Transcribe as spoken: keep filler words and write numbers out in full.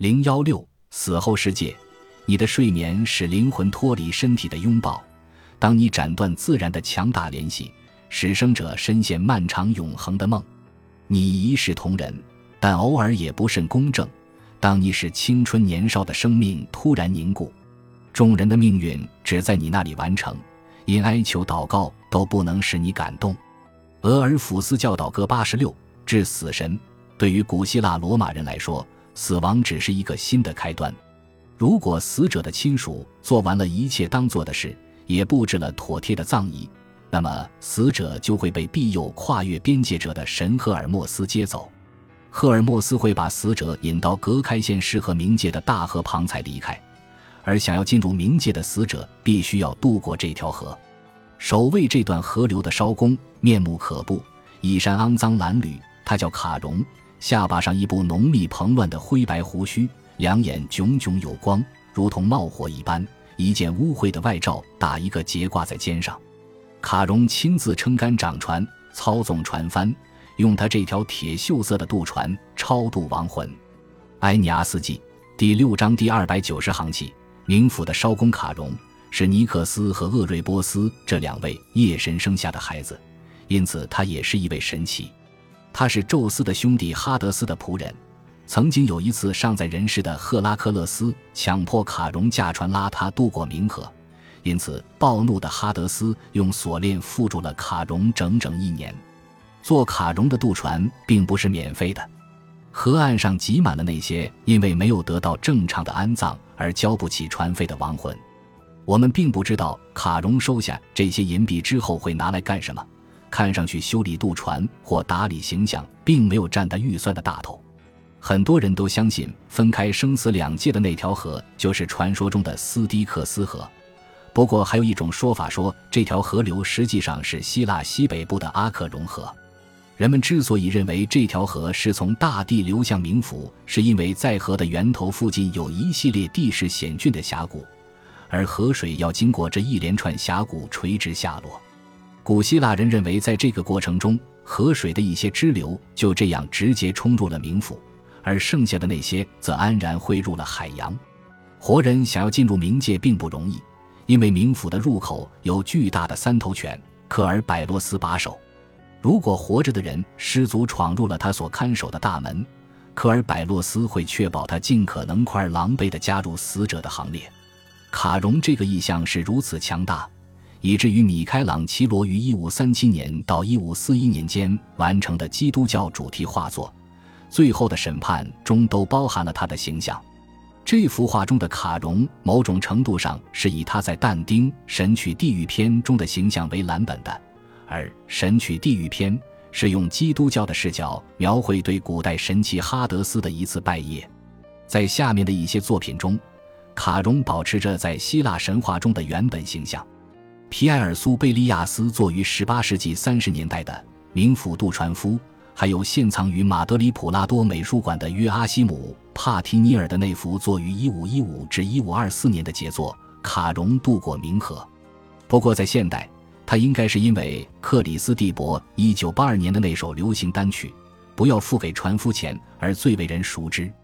零一六死后世界。你的睡眠使灵魂脱离身体的拥抱，当你斩断自然的强大联系，使生者深陷漫长永恒的梦。你一视同仁，但偶尔也不甚公正，当你使青春年少的生命突然凝固，众人的命运只在你那里完成，因哀求祷告都不能使你感动。俄尔甫斯教导歌八十六，致死神。对于古希腊罗马人来说，死亡只是一个新的开端。如果死者的亲属做完了一切当做的事，也布置了妥帖的葬仪，那么死者就会被庇佑跨越边界者的神赫尔墨斯接走。赫尔墨斯会把死者引到隔开现实和冥界的大河旁才离开，而想要进入冥界的死者必须要渡过这条河。守卫这段河流的艄公面目可怖，衣衫肮脏褴褛，他叫卡戎，下巴上一部浓密蓬乱的灰白胡须，两眼炯炯有光，如同冒火一般，一件污秽的外罩打一个结挂在肩上。卡戎亲自撑杆掌船，操纵船帆，用他这条铁锈色的渡船超度亡魂。埃尼阿斯纪第六章第二百九十行起，冥府的艄公卡戎是尼克斯和厄瑞波斯这两位夜神生下的孩子，因此他也是一位神祇。他是宙斯的兄弟哈德斯的仆人，曾经有一次尚在人世的赫拉克勒斯强迫卡戎驾船拉他渡过冥河，因此暴怒的哈德斯用锁链缚住了卡戎整整一年。做卡戎的渡船并不是免费的，河岸上挤满了那些因为没有得到正常的安葬而交不起船费的亡魂。我们并不知道卡戎收下这些银币之后会拿来干什么，看上去修理渡船或打理形象并没有占他预算的大头。很多人都相信分开生死两界的那条河就是传说中的斯蒂克斯河，不过还有一种说法说这条河流实际上是希腊西北部的阿克戎河。人们之所以认为这条河是从大地流向冥府，是因为在河的源头附近有一系列地势险峻的峡谷，而河水要经过这一连串峡谷垂直下落。古希腊人认为在这个过程中，河水的一些支流就这样直接冲入了冥府，而剩下的那些则安然汇入了海洋。活人想要进入冥界并不容易，因为冥府的入口由巨大的三头犬克尔百洛斯把守。如果活着的人失足闯入了他所看守的大门，克尔百洛斯会确保他尽可能快而狼狈地加入死者的行列。卡戎这个意象是如此强大，以至于米开朗基罗于一五三七年到一五四一年间完成的基督教主题画作《最后的审判》中都包含了他的形象。这幅画中的卡戎某种程度上是以他在但丁《神曲地狱篇》中的形象为蓝本的，而《神曲地狱篇》是用基督教的视角描绘对古代神祇哈德斯的一次拜谒。在下面的一些作品中，卡戎保持着在希腊神话中的原本形象。皮埃尔苏贝利亚斯作于十八世纪三十年代的冥府渡船夫，还有现藏于马德里普拉多美术馆的约阿希姆·帕提尼尔的那幅作于一五一五至一五二四年的杰作《卡戎渡过冥河》。不过在现代，他应该是因为克里斯蒂博一九八二年的那首流行单曲《不要付给船夫钱》而最为人熟知。